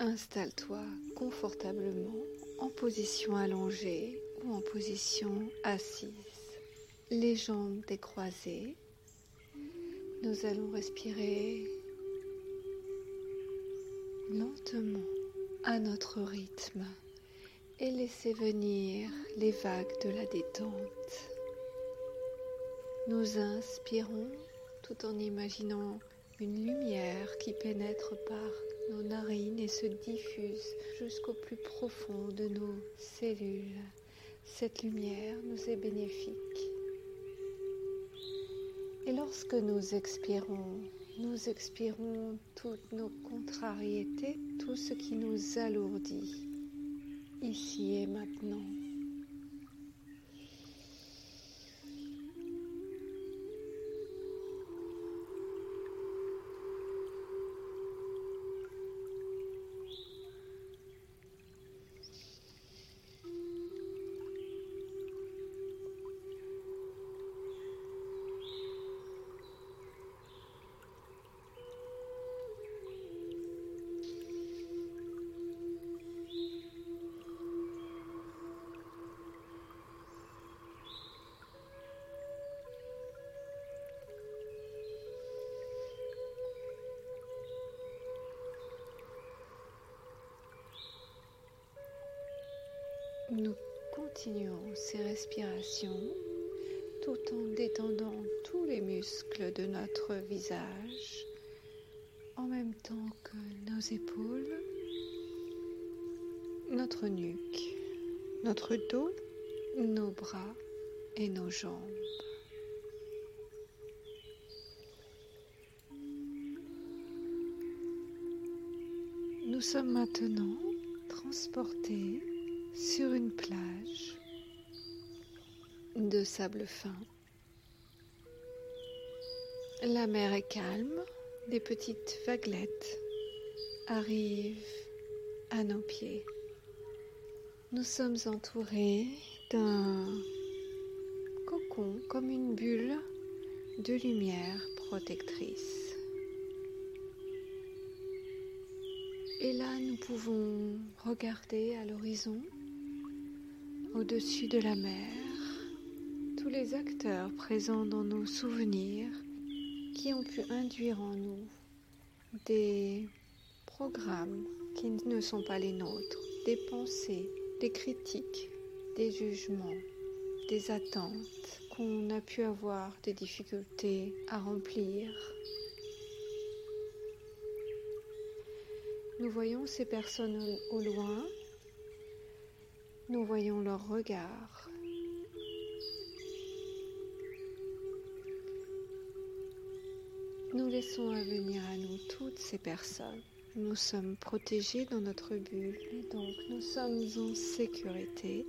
Installe-toi confortablement en position allongée ou en position assise. Les jambes décroisées. Nous allons respirer lentement à notre rythme et laisser venir les vagues de la détente. Nous inspirons tout en imaginant une lumière qui pénètre par nos narines et se diffuse jusqu'au plus profond de nos cellules. Cette lumière nous est bénéfique. Et lorsque nous expirons toutes nos contrariétés, tout ce qui nous alourdit, ici et maintenant. Nous continuons ces respirations tout en détendant tous les muscles de notre visage en même temps que nos épaules, notre nuque, notre dos, nos bras et nos jambes. Nous sommes maintenant transportés sur une plage de sable fin. La mer est calme, des petites vaguelettes arrivent à nos pieds. Nous sommes entourés d'un cocon comme une bulle de lumière protectrice. Et là, nous pouvons regarder à l'horizon, au-dessus de la mer, tous les acteurs présents dans nos souvenirs qui ont pu induire en nous des programmes qui ne sont pas les nôtres, des pensées, des critiques, des jugements, des attentes qu'on a pu avoir des difficultés à remplir. Nous voyons ces personnes au loin, nous voyons leur regard. Nous laissons venir à nous toutes ces personnes. Nous sommes protégés dans notre bulle et donc nous sommes en sécurité.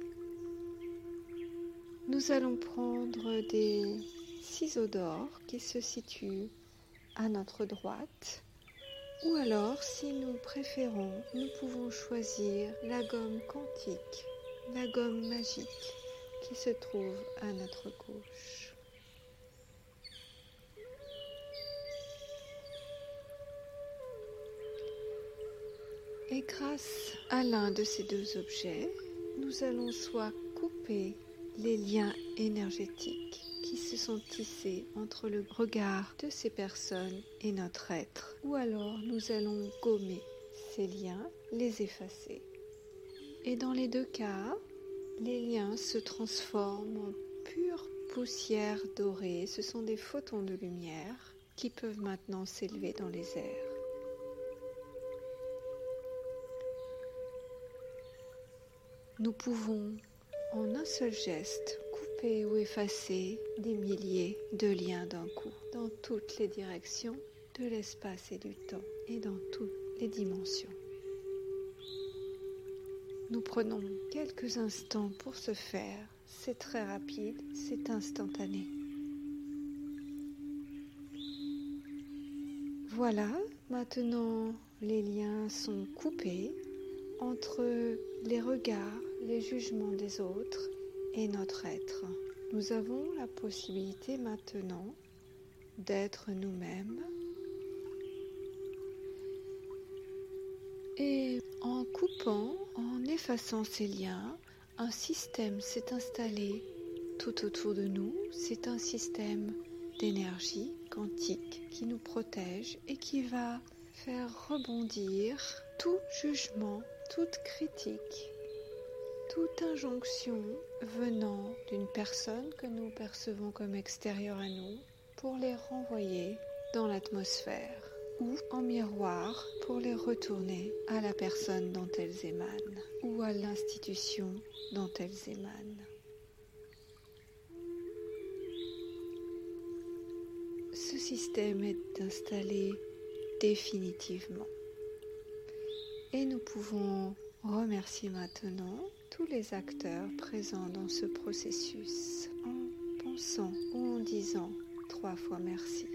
Nous allons prendre des ciseaux d'or qui se situent à notre droite. Ou alors, si nous préférons, nous pouvons choisir la gomme quantique, la gomme magique qui se trouve à notre gauche. Et grâce à l'un de ces deux objets, nous allons soit couper les liens énergétiques qui se sont tissés entre le regard de ces personnes et notre être, ou alors nous allons gommer ces liens, les effacer. Et dans les deux cas, les liens se transforment en pure poussière dorée. Ce sont des photons de lumière qui peuvent maintenant s'élever dans les airs. Nous pouvons, en un seul geste, couper ou effacer des milliers de liens d'un coup, dans toutes les directions de l'espace et du temps, et dans toutes les dimensions. Nous prenons quelques instants pour ce faire. C'est très rapide, c'est instantané. Voilà, maintenant les liens sont coupés entre les regards, les jugements des autres et notre être. Nous avons la possibilité maintenant d'être nous-mêmes Et en coupant, en effaçant ces liens, un système s'est installé tout autour de nous. C'est un système d'énergie quantique qui nous protège et qui va faire rebondir tout jugement, toute critique, toute injonction venant d'une personne que nous percevons comme extérieure à nous pour les renvoyer dans l'atmosphère ou en miroir pour les retourner à la personne dont elles émanent ou à l'institution dont elles émanent. Ce système est installé définitivement et nous pouvons remercier maintenant tous les acteurs présents dans ce processus en pensant ou en disant 3 fois merci.